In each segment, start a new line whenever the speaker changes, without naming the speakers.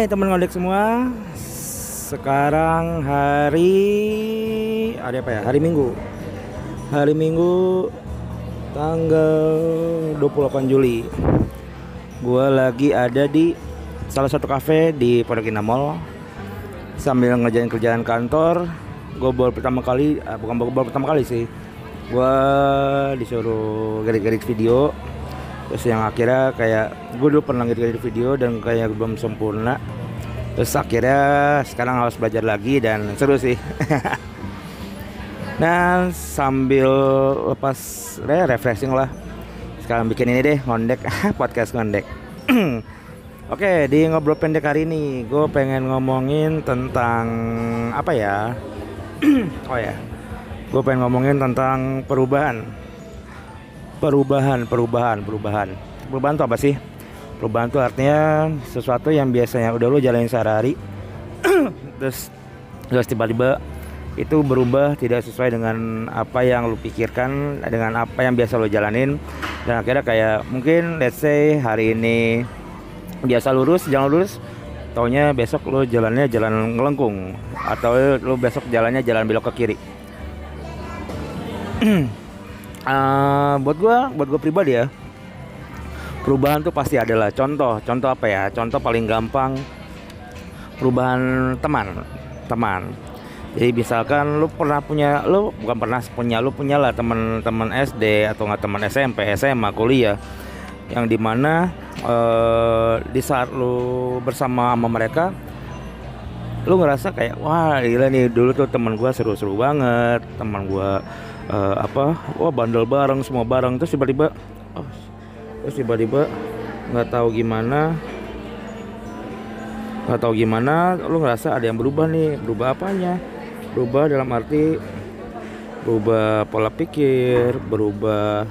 Hai teman ngondek semua. Sekarang hari apa ya? Hari Minggu. Hari Minggu tanggal 28 Juli. Gua lagi ada di salah satu kafe di Pondok Indah Mall sambil ngerjain kerjaan kantor. Gue baru pertama kali, bukan baru pertama kali sih. Gua disuruh edit video. Terus yang akhirnya kayak gue dulu pernah ngedit video dan kayak belum sempurna. Terus akhirnya sekarang harus belajar lagi dan seru sih. Nah sambil lepas refreshing lah, sekarang bikin ini deh, ngondek. Podcast ngondek. Oke, di ngobrol pendek hari ini gue pengen ngomongin tentang apa ya? Oh ya, gue pengen ngomongin tentang perubahan. Perubahan itu apa sih? Perubahan itu artinya sesuatu yang biasanya udah lo jalanin sehari-hari terus tiba-tiba itu berubah tidak sesuai dengan apa yang lo pikirkan, dengan apa yang biasa lo jalanin, dan akhirnya kayak mungkin let's say hari ini biasa lurus, jalan lurus, taunya besok lo jalannya jalan ngelengkung, atau lo besok jalannya jalan belok ke kiri. Buat gue pribadi ya, perubahan tuh pasti adalah contoh apa ya? Contoh paling gampang, perubahan teman. Jadi misalkan lu punyalah teman-teman SD atau nggak teman SMP, SMA, kuliah, yang dimana di saat lu bersama sama mereka, lu ngerasa kayak wah gila nih, dulu tuh teman gue seru-seru banget, teman gue bandel bareng, semua bareng. Terus tiba-tiba nggak tahu gimana lu ngerasa ada yang berubah nih. Berubah apanya? Berubah dalam arti berubah pola pikir, berubah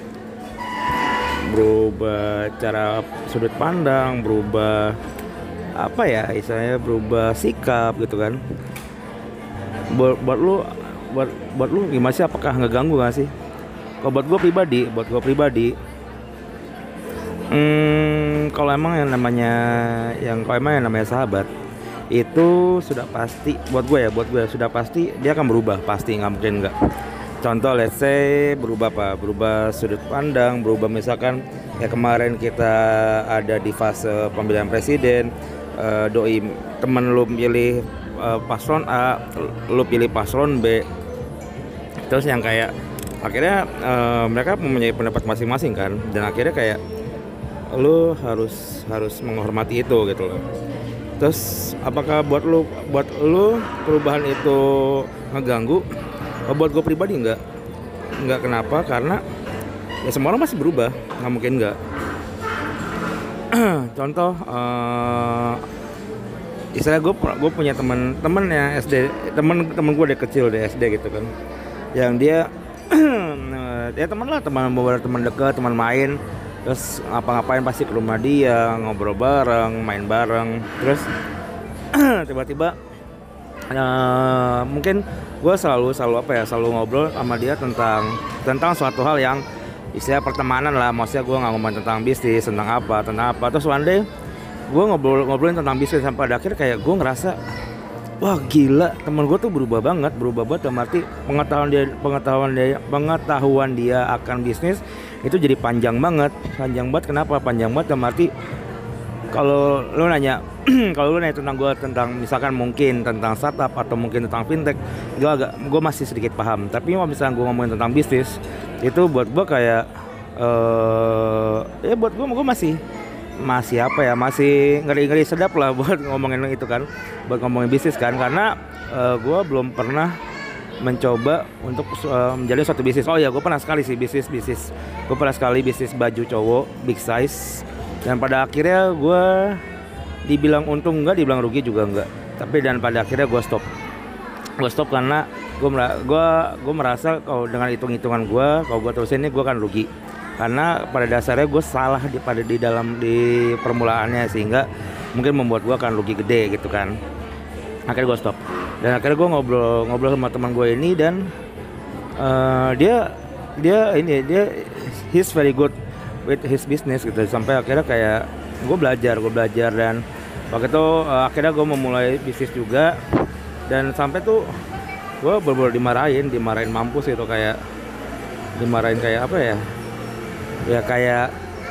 cara sudut pandang, berubah apa ya istilahnya, berubah sikap gitu kan. Buat lu gimana sih? Apakah ngeganggu gak sih? Kalau buat gue pribadi, kalau emang yang namanya sahabat itu sudah pasti, buat gue sudah pasti dia akan berubah, pasti, nggak mungkin nggak. Contoh let's say berubah apa? Berubah sudut pandang, berubah misalkan kayak kemarin kita ada di fase pemilihan presiden, doi temen lu pilih paslon A, lu pilih paslon B. Terus yang kayak akhirnya mereka mempunyai pendapat masing-masing kan, dan akhirnya kayak lu harus menghormati itu gitu loh. Terus apakah buat lu perubahan itu ngeganggu? Buat gue pribadi enggak. Kenapa? Karena ya semua orang masih berubah, nggak mungkin enggak. Contoh istilahnya gue punya teman yang SD, teman gue dari kecil dari SD gitu kan, yang dia ya teman dekat, teman main. Terus ngapa-ngapain pasti ke rumah dia, ngobrol bareng, main bareng. Terus tiba-tiba mungkin gue selalu ngobrol sama dia tentang suatu hal yang istilah pertemanan lah. Maksudnya gue nggak ngomong tentang bisnis, tentang apa. Terus one day gue ngobrolin tentang bisnis, sampai pada akhir kayak gue ngerasa wah gila, temen gue tuh berubah banget dalam arti pengetahuan dia akan bisnis itu jadi panjang banget. Kenapa panjang banget? Dalam arti kalau lu nanya tentang gue, tentang misalkan mungkin tentang startup atau mungkin tentang fintech, gue masih sedikit paham. Tapi kalau misalnya gue ngomongin tentang bisnis, itu buat gue kayak buat gue masih ngeri sedap lah buat ngomongin itu kan, buat ngomongin bisnis kan, karena gue belum pernah mencoba untuk menjalin suatu bisnis. Oh ya, gue pernah sekali sih bisnis baju cowok big size, dan pada akhirnya gue dibilang untung enggak, dibilang rugi juga enggak. Dan pada akhirnya gue stop karena gue merasa kalau dengan hitungan gue, kalau gue terusin ini gue akan rugi. Karena pada dasarnya gue salah di permulaannya, sehingga mungkin membuat gue akan rugi gede gitu kan. Akhirnya gue stop, dan akhirnya gue ngobrol sama teman gue ini, dan dia he's very good with his business gitu. Sampai akhirnya kayak gue belajar, dan Waktu itu akhirnya gue memulai bisnis juga, dan sampai tuh gue bener-bener dimarahin mampus gitu, kayak dimarahin kayak apa ya, ya kayak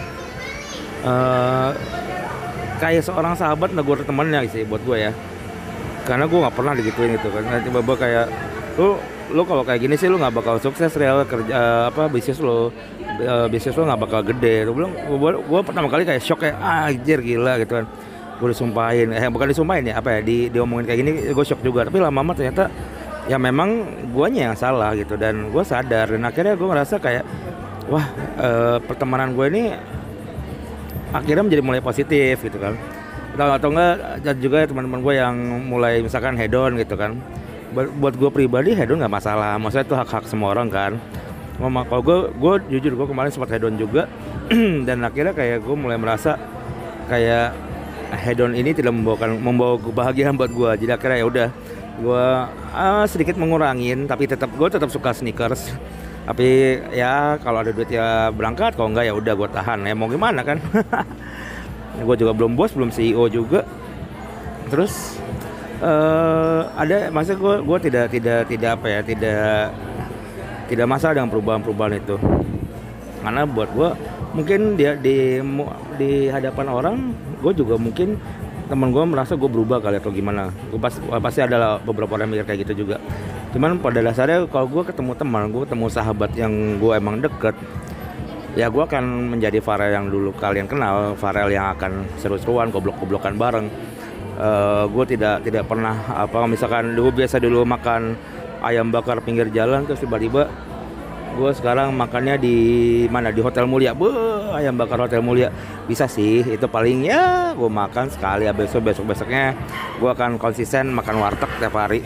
kayak seorang sahabat negur temennya sih buat gue ya, karena gue nggak pernah digituin gitu kan. Tiba-tiba kayak lu kalau kayak gini sih lu nggak bakal sukses real kerja bisnis lu nggak bakal gede. Gue pertama kali kayak shock, kayak anjir gila gitu kan. Gue disumpahin, bukan disumpahin ya, apa ya, diomongin kayak gini, gue shock juga. Tapi lama-lama ternyata ya memang guanya yang salah gitu, dan gue sadar, dan akhirnya gue ngerasa kayak wah, pertemanan gue ini akhirnya menjadi mulai positif gitu kan. Atau enggak juga teman-teman gue yang mulai misalkan hedon gitu kan. Buat gue pribadi hedon nggak masalah, maksudnya itu hak-hak semua orang kan. Kalau gue jujur, gue kemarin sempat hedon juga dan akhirnya kayak gue mulai merasa kayak hedon ini tidak membawa kebahagiaan buat gue. Jadi akhirnya ya udah, gue sedikit mengurangin, tapi gue tetap suka sneakers. Tapi ya kalau ada duit ya berangkat, kalau enggak ya udah gue tahan. Ya mau gimana kan? Gue juga belum bos, belum CEO juga. Terus ada masa gue tidak apa ya, tidak masalah dengan perubahan itu, karena buat gue mungkin dia di hadapan orang, gue juga mungkin teman gue merasa gue berubah kali atau gimana. Gue pasti ada beberapa orang mikir kayak gitu juga. Cuman pada dasarnya kalau gue ketemu teman, gue ketemu sahabat yang gue emang deket, ya gue akan menjadi Farel yang dulu kalian kenal, Farel yang akan seru-seruan, goblok-goblokan bareng. Gue tidak pernah misalkan dulu dulu makan ayam bakar pinggir jalan, terus tiba-tiba gue sekarang makannya di mana, di Hotel Mulia. Ayam bakar Hotel Mulia bisa sih, itu paling ya gue makan sekali. Ya besoknya gue akan konsisten makan warteg tiap hari.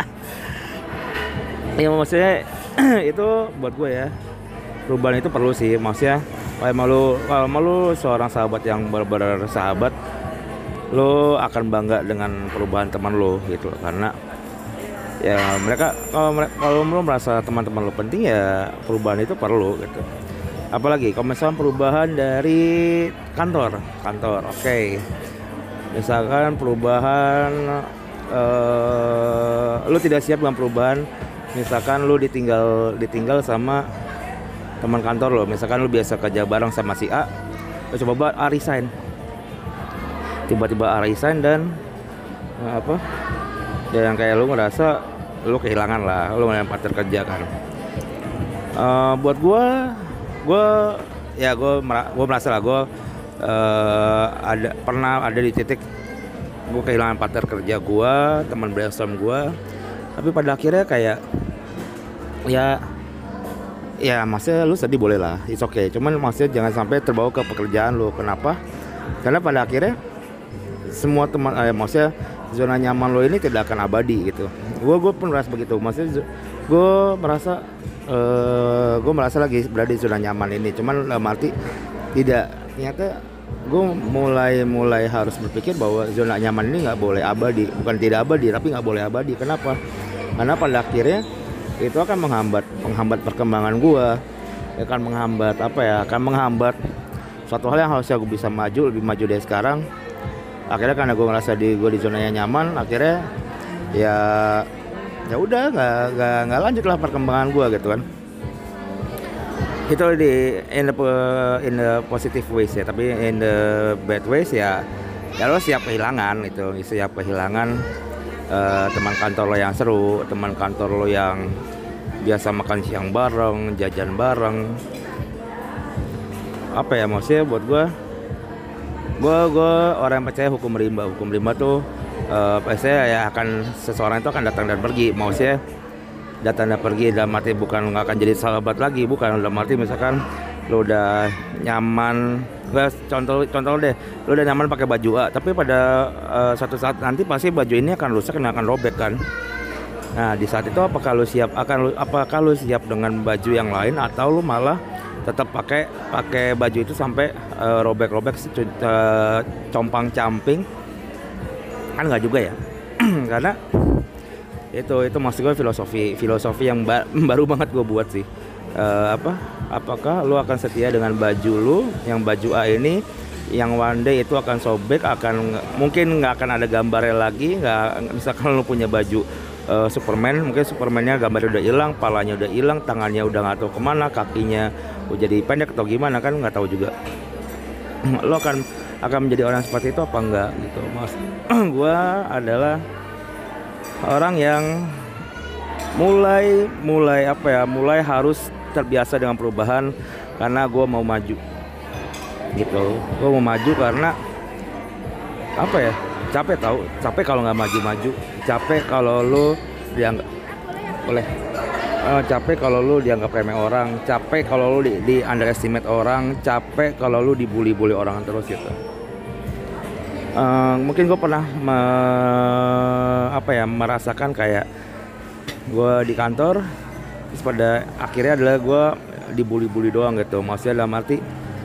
Ya maksudnya itu buat gue ya, perubahan itu perlu sih. Maksudnya kalau malu seorang sahabat yang benar-benar sahabat, lo akan bangga dengan perubahan teman lo gitu, karena ya mereka kalau lo merasa teman-teman lo penting, ya perubahan itu perlu gitu. Apalagi kalau misalkan perubahan dari kantor, oke. Misalkan perubahan lo tidak siap dengan perubahan, misalkan lo ditinggal sama teman kantor lo, misalkan lo biasa kerja bareng sama si A, lo coba resign. Tiba-tiba resign dan yang kayak lu ngerasa lu kehilangan lah, lu yang partner kerja kan. Buat gue merasa lah gue pernah ada di titik gue kehilangan partner kerja gue, teman brainstorm gue. Tapi pada akhirnya kayak ya maksudnya lu sedih boleh lah, it's okay. Cuman maksudnya jangan sampai terbawa ke pekerjaan lu. Kenapa? Karena pada akhirnya semua teman, maksudnya zona nyaman lo ini tidak akan abadi gitu. Gue pun merasa begitu. Maksudnya gue merasa lagi berada di zona nyaman ini. Cuman arti tidak, ternyata gue mulai harus berpikir bahwa zona nyaman ini nggak boleh abadi. Bukan tidak abadi, tapi nggak boleh abadi. Kenapa? Karena pada akhirnya itu akan menghambat perkembangan gue. Akan menghambat suatu hal yang harusnya gue bisa lebih maju dari sekarang. Akhirnya karena gue ngerasa gue di zona yang nyaman, akhirnya ya udah nggak lanjut lah perkembangan gue gitu kan. Itu in the positive ways ya, tapi in the bad ways ya lo siap kehilangan teman kantor lo yang seru, teman kantor lo yang biasa makan siang bareng, jajan bareng. Apa ya, maksudnya buat gue orang yang percaya hukum rimba tuh saya ya seseorang itu akan datang dan pergi. Maksudnya datang dan pergi dalam arti bukan nggak akan jadi sahabat lagi, bukan. Dalam arti misalkan lo udah nyaman, contoh deh, lo udah nyaman pakai baju A, tapi pada suatu saat nanti pasti baju ini akan rusak dan akan robek kan. Nah di saat itu apakah lo siap dengan baju yang lain, atau lo malah tetap pakai baju itu sampai robek-robek, compang-camping? Kan nggak juga ya. Karena itu maksud gue filosofi yang baru banget gue buat sih. Apakah lu akan setia dengan baju lu yang baju A ini yang one day itu akan sobek, akan mungkin nggak akan ada gambarnya lagi. Nggak, misalkan lu punya baju Superman, mungkin Supermannya gambarnya udah hilang, palanya udah hilang, tangannya udah nggak tahu kemana, kakinya udah jadi pendek atau gimana kan nggak tahu juga. Lo akan menjadi orang seperti itu apa enggak gitu, mas. Gua adalah orang yang mulai harus terbiasa dengan perubahan karena gue mau maju gitu. Gue mau maju karena apa ya, capek kalau nggak maju, capek kalau lu dianggap capek kalau lu dianggap remeh orang, capek kalau lu di underestimate orang, capek kalau lu dibully orang terus gitu. Mungkin gue pernah merasakan kayak gue di kantor, terus pada akhirnya adalah gue dibully doang gitu. Maksudnya dalam arti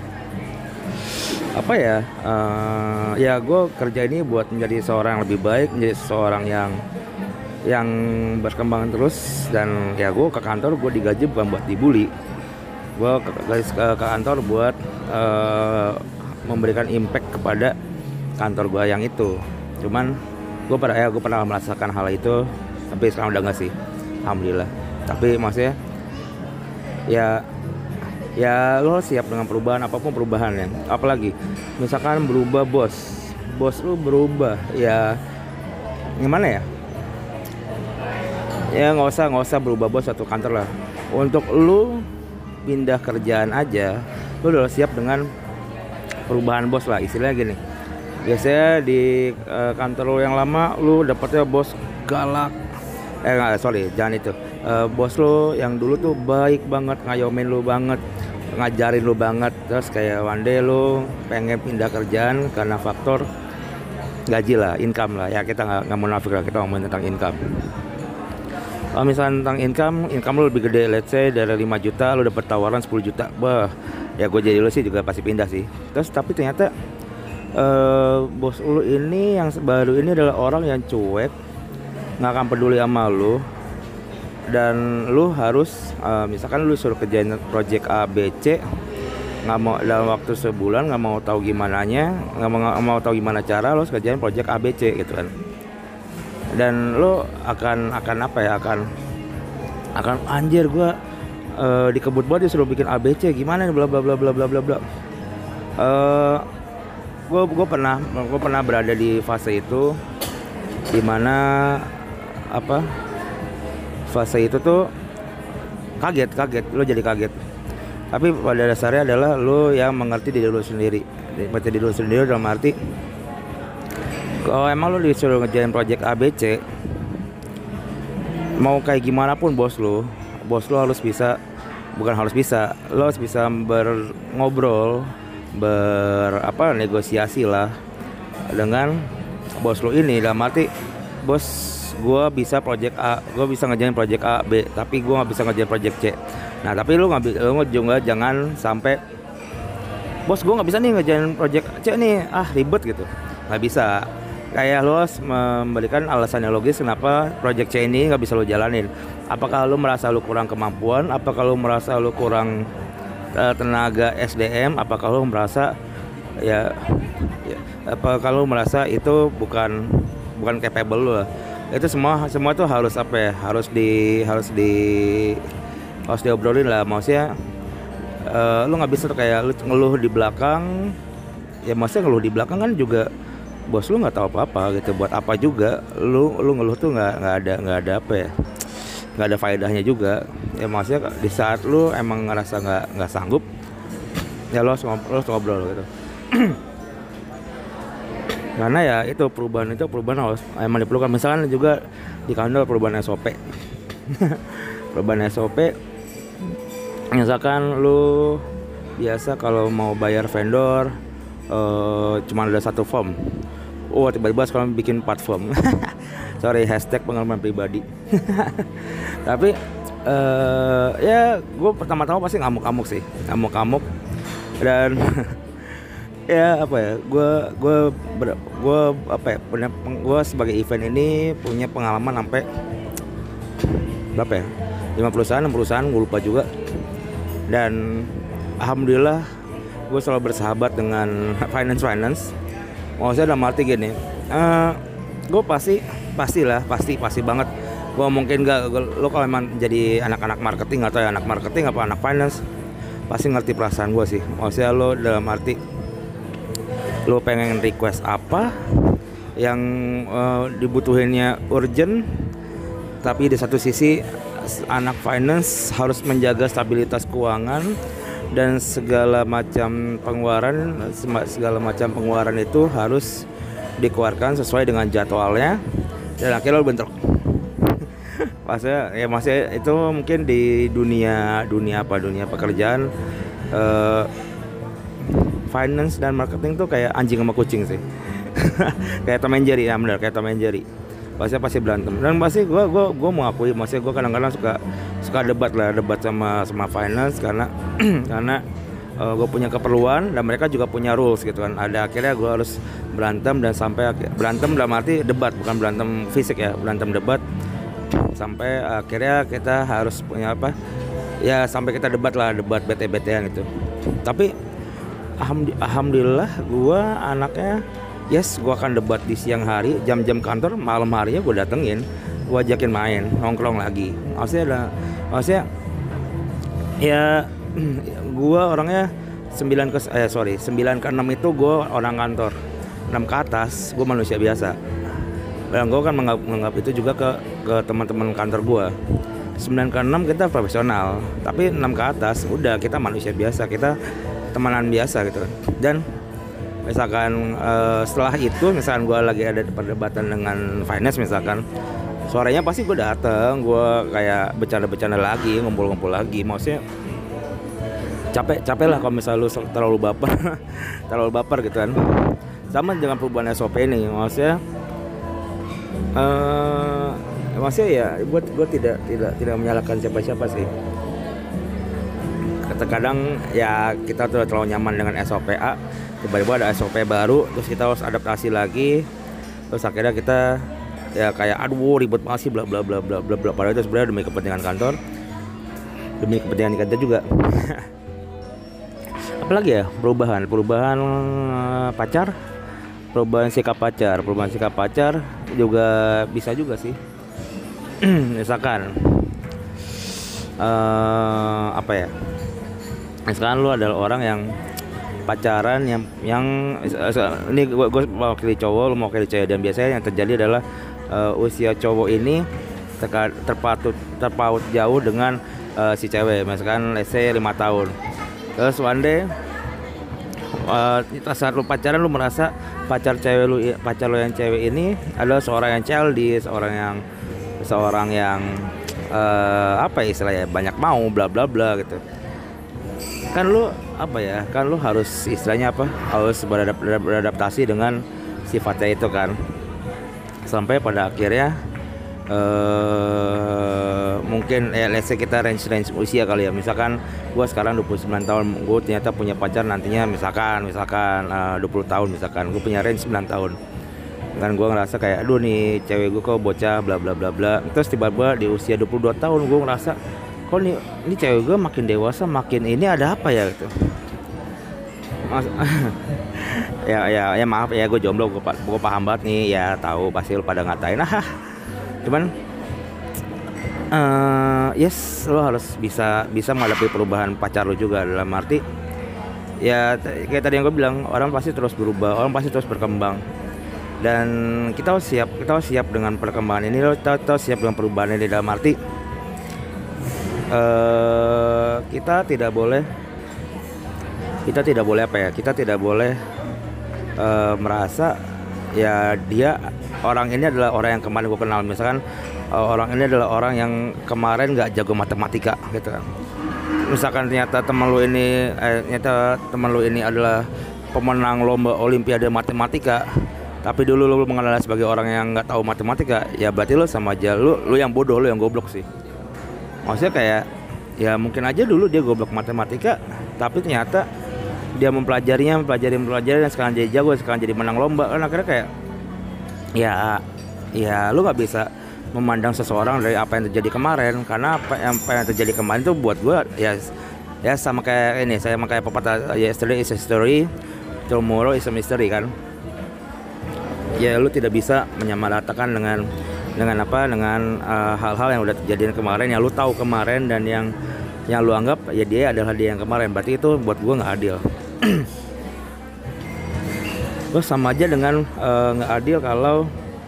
apa ya, ya gue kerja ini buat menjadi seorang yang lebih baik, menjadi seorang yang berkembang terus. Dan ya gue ke kantor, gue digaji bukan buat dibully. Gue ke kantor buat memberikan impact kepada kantor gue yang itu. Cuman gue pernah merasakan hal itu, tapi sekarang udah enggak sih, alhamdulillah. Tapi maksudnya ya lo siap dengan perubahan, apapun perubahannya. Apalagi misalkan berubah bos lo berubah, ya gimana ya, ya nggak usah berubah bos satu kantor lah. Untuk lo pindah kerjaan aja lo udah siap dengan perubahan bos lah, istilahnya gini. Biasanya di kantor lo yang lama lo dapetnya bos galak, jangan itu. Bos lo yang dulu tuh baik banget, ngayomin lo banget, ngajarin lo banget. Terus kayak one day lo pengen pindah kerjaan karena faktor gaji lah, income lah. Ya kita nggak munafik lah, kita ngomongin tentang income. Kalau misalnya tentang income lo lebih gede, let's say dari 5 juta lo dapet tawaran 10 juta. Bah, ya gue jadi lo sih juga pasti pindah sih. Terus tapi ternyata bos lo ini yang baru ini adalah orang yang cuek, nggak akan peduli sama lo. Dan lu harus misalkan lu suruh kerjain project A B C, nggak mau dalam waktu sebulan, nggak mau tahu tahu gimana cara lu kerjain project A B C gitu kan. Dan lu akan anjir gua dikebut banget disuruh bikin A B C gimana nih, bla bla bla bla bla bla bla. Gue pernah berada di fase itu, dimana fase itu tuh kaget, lo jadi kaget. Tapi pada dasarnya adalah lo yang mengerti diri lo sendiri. Mengerti diri lo sendiri dalam arti, kalau emang lo disuruh ngerjain project ABC, mau kayak gimana pun bos lo harus bisa, lo harus bisa ngobrol, negosiasi lah dengan bos lo ini. Dalam arti, bos, gue bisa project A, gue bisa ngerjain project A, B, tapi gue nggak bisa ngerjain project C. Nah tapi lu juga jangan sampai, bos gue nggak bisa nih ngerjain project C nih, ribet gitu, nggak bisa. Kayak lu harus memberikan alasan yang logis kenapa project C ini nggak bisa lu jalanin. Apakah lu merasa lu kurang kemampuan? Apakah lu merasa lu kurang tenaga SDM? Apakah lu merasa apakah lu merasa itu bukan capable lu lah. Itu semua itu harus diobrolin lah. Maksudnya lu nggak bisa tuh kayak lu ngeluh di belakang. Ya maksudnya ngeluh di belakang kan juga bos lu nggak tahu apa-apa gitu. Buat apa juga lu ngeluh tuh nggak ada nggak ada faedahnya juga. Ya maksudnya di saat lu emang ngerasa nggak sanggup, ya lu harus ngobrol gitu. Karena ya itu perubahan harus emang diperlukan. Misalkan juga di kantor perubahan SOP. Perubahan SOP, misalkan lu biasa kalau mau bayar vendor cuma ada 1 form. Tiba-tiba sekarang bikin 4 form. Sorry, #pengalaman pribadi. Tapi ya gue pertama-tama pasti ngamuk dan ya gue sebagai event ini punya pengalaman sampai berapa ya, 5 perusahaan, 6 perusahaan, gue lupa juga. Dan alhamdulillah gue selalu bersahabat dengan finance. Maksudnya dalam arti gini, gue pasti banget. Gue mungkin lo kalau emang jadi anak-anak marketing atau anak marketing apa anak finance, pasti ngerti perasaan gue sih. Maksudnya lo dalam arti lo pengen request apa yang dibutuhinnya urgent, tapi di satu sisi anak finance harus menjaga stabilitas keuangan dan segala macam pengeluaran itu harus dikeluarkan sesuai dengan jadwalnya, dan akhirnya lo bentrok. Maksudnya itu mungkin di dunia pekerjaan, finance dan marketing tuh kayak anjing sama kucing sih. Kayak Tom and Jerry, ya benar, kayak Tom and Jerry. Pasti berantem. Dan pasti gue mau akui, maksudnya gue kadang-kadang suka debat sama finance karena gue punya keperluan dan mereka juga punya rules gitu kan. Ada akhirnya gue harus berantem, dan sampai berantem dalam arti debat, bukan berantem fisik ya, berantem debat, sampai akhirnya kita harus punya apa ya, sampai kita debat bete-betean gitu. Tapi alhamdulillah gue anaknya gue akan debat di siang hari, jam-jam kantor, malam harinya gue datengin, gue ajakin main, nongkrong lagi. Maksudnya ya gue orangnya 9 ke 6 itu gue orang kantor, 6 ke atas gue manusia biasa. Dan gue kan menganggap itu juga ke teman-teman kantor gue. 9 ke 6 kita profesional, tapi 6 ke atas udah kita manusia biasa, kita temenan biasa gitu. Dan misalkan setelah itu, misalkan gue lagi ada perdebatan dengan finance misalkan, sorenya pasti gue dateng, gue kayak bercanda-bercanda lagi, ngumpul-ngumpul lagi. Maksudnya capek lah kalau misalnya lu terlalu baper gitu kan. Sama dengan perubahan SOP ini, maksudnya ya gue tidak menyalahkan siapa-siapa sih. Kadang ya kita tuh terlalu nyaman dengan SOP A, tiba-tiba ada SOP baru, terus kita harus adaptasi lagi, terus akhirnya kita ya kayak aduh ribet banget sih bla bla bla bla bla bla. Padahal itu sebenarnya demi kepentingan kantor, demi kepentingan kita juga. Apalagi ya, perubahan pacar, perubahan sikap pacar juga bisa juga sih. Misalkan apa ya, misalkan lu adalah orang yang pacaran yang ini gue mau wakili cowok, lu mau wakili cewek, dan biasanya yang terjadi adalah usia cowok ini terpaut jauh dengan si cewek, misalkan let's say 5 tahun. Terus one day saat lu pacaran, lu merasa pacar lo yang cewek ini adalah seorang yang childish, seorang yang apa ya istilahnya, banyak mau bla bla bla gitu. Kan lu harus istilahnya harus beradaptasi dengan sifatnya itu kan, sampai pada akhirnya mungkin let's say kita range usia kali ya. Misalkan gue sekarang 29 tahun, gue ternyata punya pacar nantinya misalkan 20 tahun, misalkan gue punya range 9 tahun kan. Gue ngerasa kayak aduh nih cewek gue kok bocah bla bla bla bla. Terus tiba-tiba di usia 22 tahun gue ngerasa kok ini cewek gue makin dewasa, makin ini ada apa ya gitu. ya maaf ya, gue jomblo, gue paham banget nih ya, tahu pasti lu pada ngatain cuman lo harus bisa menghadapi perubahan pacar lo juga, dalam arti ya kayak tadi yang gue bilang, orang pasti terus berubah, orang pasti terus berkembang, dan kita harus siap dengan perkembangan ini. Kita harus siap dengan perubahan ini, dalam arti kita tidak boleh merasa ya orang ini adalah orang yang kemarin gue kenal. Misalkan orang ini adalah orang yang kemarin nggak jago matematika gitu kan. Misalkan ternyata teman lu ini adalah pemenang lomba olimpiade matematika, tapi dulu lu mengenal sebagai orang yang nggak tahu matematika, ya berarti lu sama aja lu yang bodoh, lu yang goblok sih. Maksudnya kayak ya mungkin aja dulu dia goblok matematika, tapi ternyata dia mempelajari dan sekarang jadi jago, sekarang jadi menang lomba kan. Akhirnya kayak ya lu nggak bisa memandang seseorang dari apa yang terjadi kemarin, karena apa yang terjadi kemarin itu buat gue ya Ya sama kayak ini, saya kayak pepatah yesterday is a story, tomorrow is a mystery kan. Ya lu tidak bisa menyamaratakan dengan apa, dengan hal-hal yang udah terjadi kemarin, yang lu tahu kemarin, dan yang lu anggap ya dia adalah dia yang kemarin. Berarti itu buat gua nggak adil. Terus sama aja dengan nggak adil kalau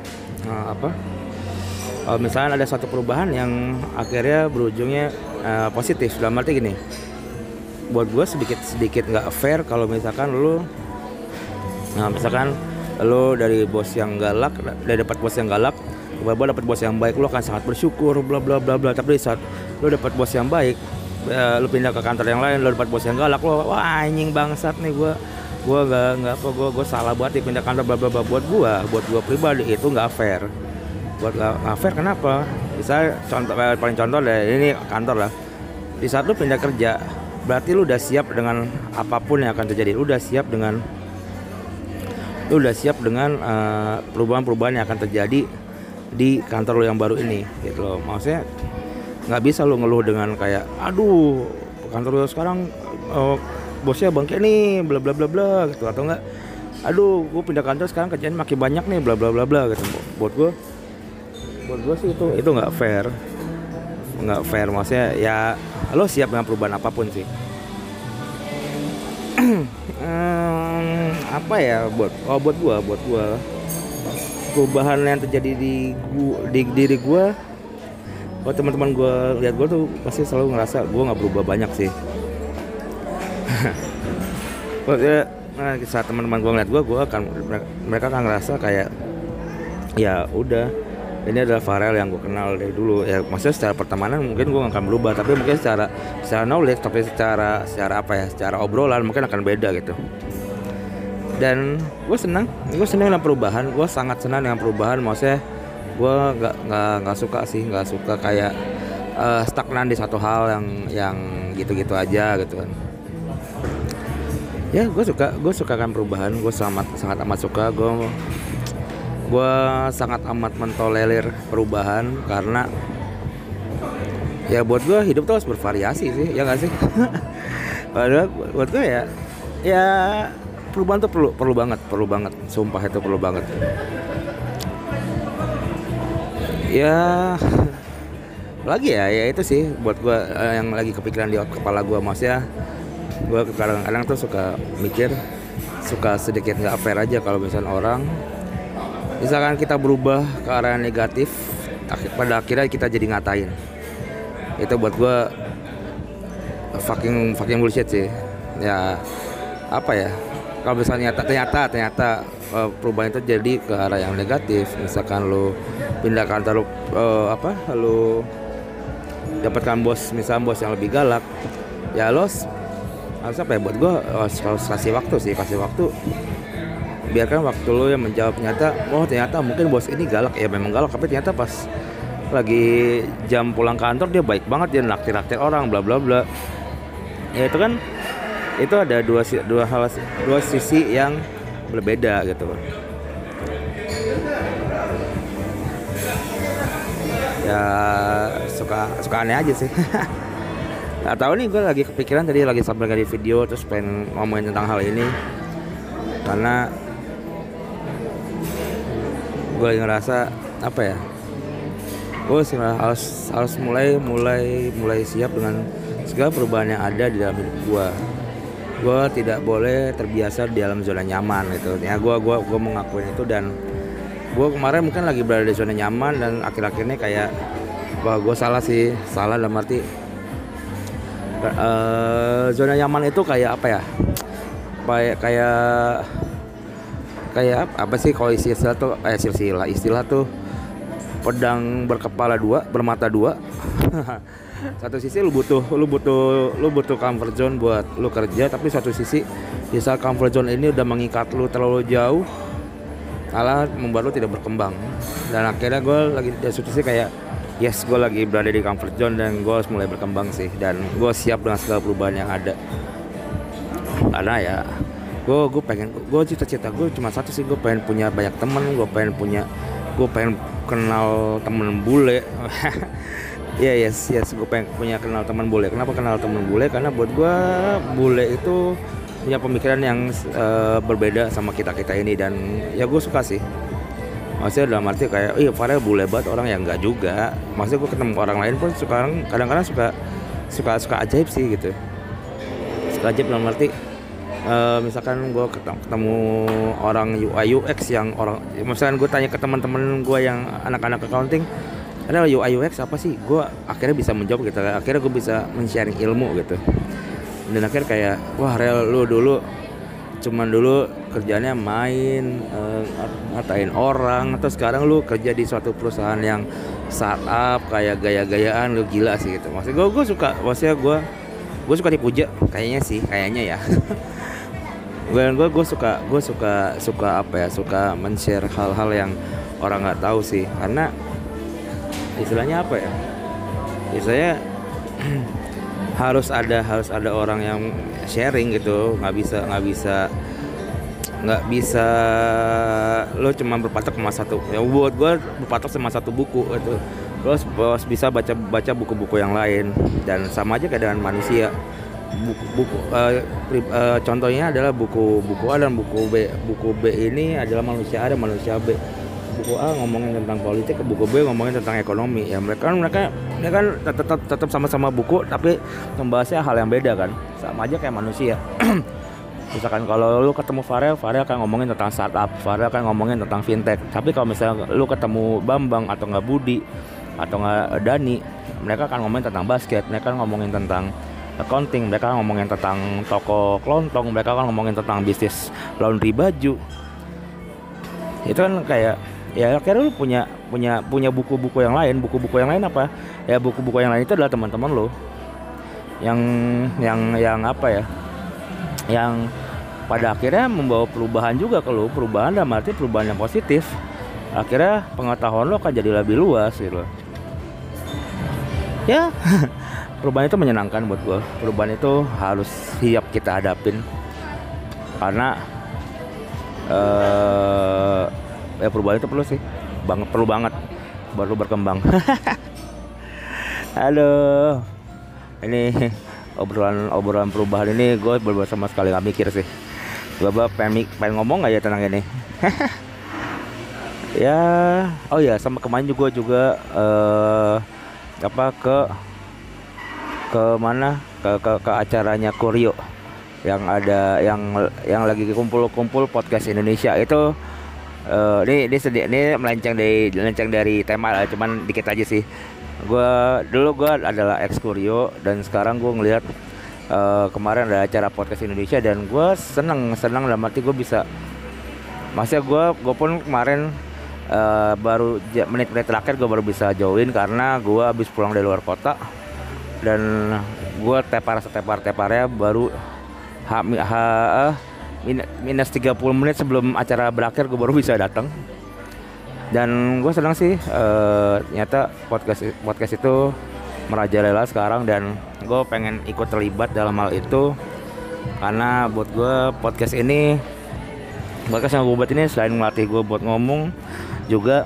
misalnya ada satu perubahan yang akhirnya berujungnya positif. Dalam arti gini, buat gue sedikit nggak fair kalau misalkan lu dari bos yang galak, dari dapat bos yang galak, tiba-tiba dapat bos yang baik, lu akan sangat bersyukur bla bla bla bla. Tapi saat lu dapat bos yang baik, lu pindah ke kantor yang lain, lu dapat bos yang galak, lu wah anjing bangsat nih, gue salah banget pindah kantor bla bla bla. Buat gue pribadi itu nggak fair. Buat nggak fair kenapa? Bisa paling contoh deh, ini kantor lah. Di saat lu pindah kerja, berarti lu udah siap dengan apapun yang akan terjadi. Lu udah siap dengan perubahan-perubahan yang akan terjadi di kantor lu yang baru ini gitu loh. Maksudnya nggak bisa lu ngeluh dengan kayak aduh kantor lu sekarang bosnya bangke nih bla bla bla bla gitu, atau enggak aduh gue pindah kantor sekarang kerjaan makin banyak nih bla bla bla bla gitu. Buat gue sih itu nggak fair. Maksudnya ya lo siap dengan perubahan apapun sih. Apa ya buat gue perubahan yang terjadi di diri gue, kalau teman-teman gue lihat gue tuh pasti selalu ngerasa gue nggak berubah banyak sih. Saat teman-teman gue ngeliat mereka akan ngerasa kayak ya udah, ini adalah Farel yang gue kenal dari dulu. Ya maksudnya secara pertemanan mungkin gue gak akan berubah, tapi mungkin secara knowledge, tapi secara secara obrolan mungkin akan beda gitu. Dan gue senang dengan perubahan. Gue sangat senang dengan perubahan. Maksudnya gue nggak suka kayak stagnan di satu hal yang gitu-gitu aja gitu kan. Ya gue suka kan perubahan. Gue sangat amat suka. Gue sangat amat mentolerir perubahan karena ya buat gue hidup tuh harus bervariasi sih, ya nggak sih? Padahal buat gue ya perubahan tuh perlu banget, sumpah itu perlu banget. Ya lagi ya itu sih buat gue yang lagi kepikiran di kepala gue. Maksudnya gue kadang-kadang tuh suka mikir, suka sedikit nggak fair aja kalau misalnya orang misalkan kita berubah ke arah negatif, pada akhirnya kita jadi ngatain. Itu buat gue fucking bullshit sih. Ya apa ya? Kalau misalnya ternyata perubahan itu jadi ke arah yang negatif, misalkan lu pindah kantor, lu dapatkan bos yang lebih galak, ya lo harus apa ya? Buat gue harus kasih waktu. Biarkan waktu lo yang menjawab. Ternyata mungkin bos ini galak, ya memang galak, tapi ternyata pas lagi jam pulang kantor dia baik banget, dia naktir orang bla bla bla. Ya itu kan, itu ada dua sisi yang berbeda gitu. Ya suka aneh aja sih. Nggak tahu nih, gue lagi kepikiran tadi lagi sambil ngedit video terus pengen ngomongin tentang hal ini karena gue lagi ngerasa apa ya, gue harus mulai siap dengan segala perubahan yang ada di dalam hidup gue. Gue tidak boleh terbiasa di dalam zona nyaman gitu. Ya gue mau ngakuin itu, dan gue kemarin mungkin lagi berada di zona nyaman dan akhir-akhir ini kayak wah gue salah dalam arti zona nyaman itu kayak apa ya? Kayak apa sih kalau istilah tuh pedang berkepala dua, bermata dua. Satu sisi lu butuh comfort zone buat lu kerja, tapi satu sisi di saat comfort zone ini udah mengikat lu terlalu jauh, malah membuat lu tidak berkembang. Dan akhirnya gue lagi di satu sisi kayak yes, gue lagi berada di comfort zone dan gue harus mulai berkembang sih, dan gue siap dengan segala perubahan yang ada. Karena ya gue cita-cita gue cuma satu sih, gue pengen punya banyak teman, gue pengen kenal temen bule. Iya, yes, gue pengen punya kenal teman bule. Kenapa kenal teman bule? Karena buat gue bule itu punya pemikiran yang berbeda sama kita ini, dan ya gue suka sih. Maksudnya dalam arti kayak, iya Farel bule banget, orang yang enggak juga. Maksudnya gue ketemu orang lain pun sekarang kadang-kadang suka ajaib sih gitu. Suka ajaib dalam arti misalkan gue ketemu orang UI UX yang orang, misalkan gue tanya ke teman-teman gue yang anak-anak accounting, ada UI UX apa sih, gue akhirnya bisa menjawab gitu. Akhirnya gue bisa men-sharing ilmu gitu, dan akhirnya kayak wah Rel, lu dulu kerjanya main ngatain orang, atau sekarang lu kerja di suatu perusahaan yang startup kayak gaya-gayaan, lu gila sih gitu. Maksudnya gue suka dipuja kayaknya ya. gue suka apa ya, suka men-share hal-hal yang orang nggak tahu sih, karena istilahnya apa ya, istilahnya harus ada orang yang sharing gitu. Nggak bisa lo cuma berpatok sama satu, ya buat gue berpatok sama satu buku gitu. Lo harus bisa baca buku-buku yang lain, dan sama aja kayak dengan manusia. Contohnya adalah buku A dan buku B. Buku B ini adalah manusia A dan manusia B. Buku A ngomongin tentang politik, buku B ngomongin tentang ekonomi. Ya mereka kan tetap sama-sama buku, tapi membahasnya hal yang beda kan. Sama aja kayak manusia. Misalkan kalau lu ketemu Farel akan ngomongin tentang startup, Farel akan ngomongin tentang fintech. Tapi kalau misalnya lu ketemu Bambang atau nggak Budi atau nggak Dani, mereka akan ngomongin tentang basket, mereka akan ngomongin tentang accounting, mereka ngomongin tentang toko kelontong, mereka kan ngomongin tentang bisnis laundry baju. Itu kan kayak, ya akhirnya lu punya buku-buku yang lain. Buku-buku yang lain apa? Ya buku-buku yang lain itu adalah teman-teman lo yang apa ya? Yang pada akhirnya membawa perubahan juga ke lo. Perubahan dalam arti perubahan yang positif. Akhirnya pengetahuan lo akan jadi lebih luas gitu. Ya. Perubahan itu menyenangkan buat gue. Perubahan itu harus siap kita hadapin, karena ya perubahan itu perlu sih, perlu banget baru berkembang. Halo, ini obrolan perubahan ini gue berbahasa sama sekali nggak mikir sih. Gue pengen ngomong aja tentang ini. Ya, oh ya, sama kemarin juga ke mana ke acaranya Kurio yang ada yang lagi kumpul podcast Indonesia itu. Ini melenceng dari tema lah, cuman dikit aja sih. Dulu gue adalah ex Kurio, dan sekarang gue ngelihat kemarin ada acara podcast Indonesia, dan gue seneng dalam arti gue bisa, maksudnya gue pun kemarin baru menit-menit terakhir gue baru bisa join karena gue habis pulang dari luar kota. Dan gue teparnya baru minus 30 menit sebelum acara berakhir gue baru bisa datang. Dan gue senang sih ternyata podcast itu merajalela sekarang, dan gue pengen ikut terlibat dalam hal itu, karena buat gue podcast yang gue buat ini selain melatih gue buat ngomong, juga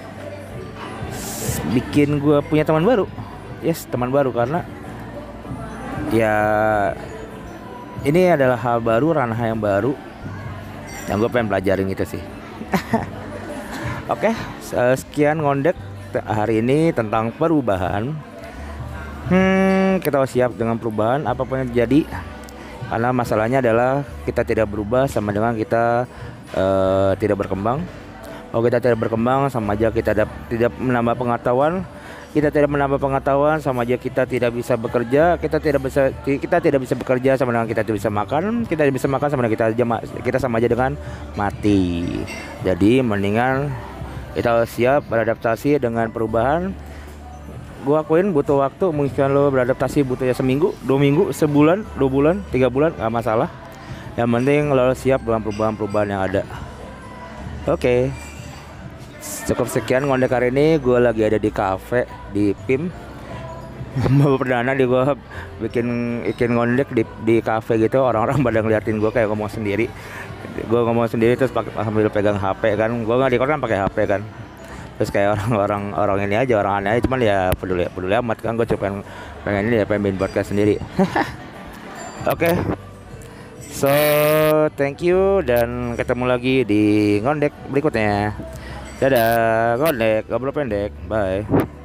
bikin gue punya teman baru, karena ya ini adalah hal baru, ranah yang baru yang gue pengen pelajarin gitu sih. Oke, sekian ngondek hari ini tentang perubahan. Kita harus siap dengan perubahan apapun yang terjadi, karena masalahnya adalah kita tidak berubah sama dengan kita tidak berkembang. Kalau kita tidak berkembang, sama aja kita tidak menambah pengetahuan. Kita tidak menambah pengetahuan, sama aja kita tidak bisa bekerja. Kita tidak bisa bekerja sama dengan kita tidak bisa makan. Kita tidak bisa makan sama dengan kita sama aja dengan mati. Jadi mendingan kita harus siap beradaptasi dengan perubahan. Gua akuin butuh waktu, mungkin lo beradaptasi butuh ya seminggu, 2 minggu, sebulan, 2 bulan, 3 bulan, gak masalah. Yang penting lo siap dengan perubahan-perubahan yang ada. Oke. Cukup sekian ngondek hari ini. Gue lagi ada di kafe di PIM. Baru perdana gue bikin ngondek di kafe gitu. Orang-orang pada ngeliatin gue kayak ngomong sendiri. Gue ngomong sendiri terus sambil pegang HP kan. Gue nggak di koran pakai HP kan. Terus kayak orang ini aja, orang aneh aja, cuman ya peduli peduli amat kan, gue cuma pengen ini ya, pengen bikin podcast sendiri. Oke. So, thank you dan ketemu lagi di ngondek berikutnya. Dadah, ngondek, ngobrol pendek. Bye.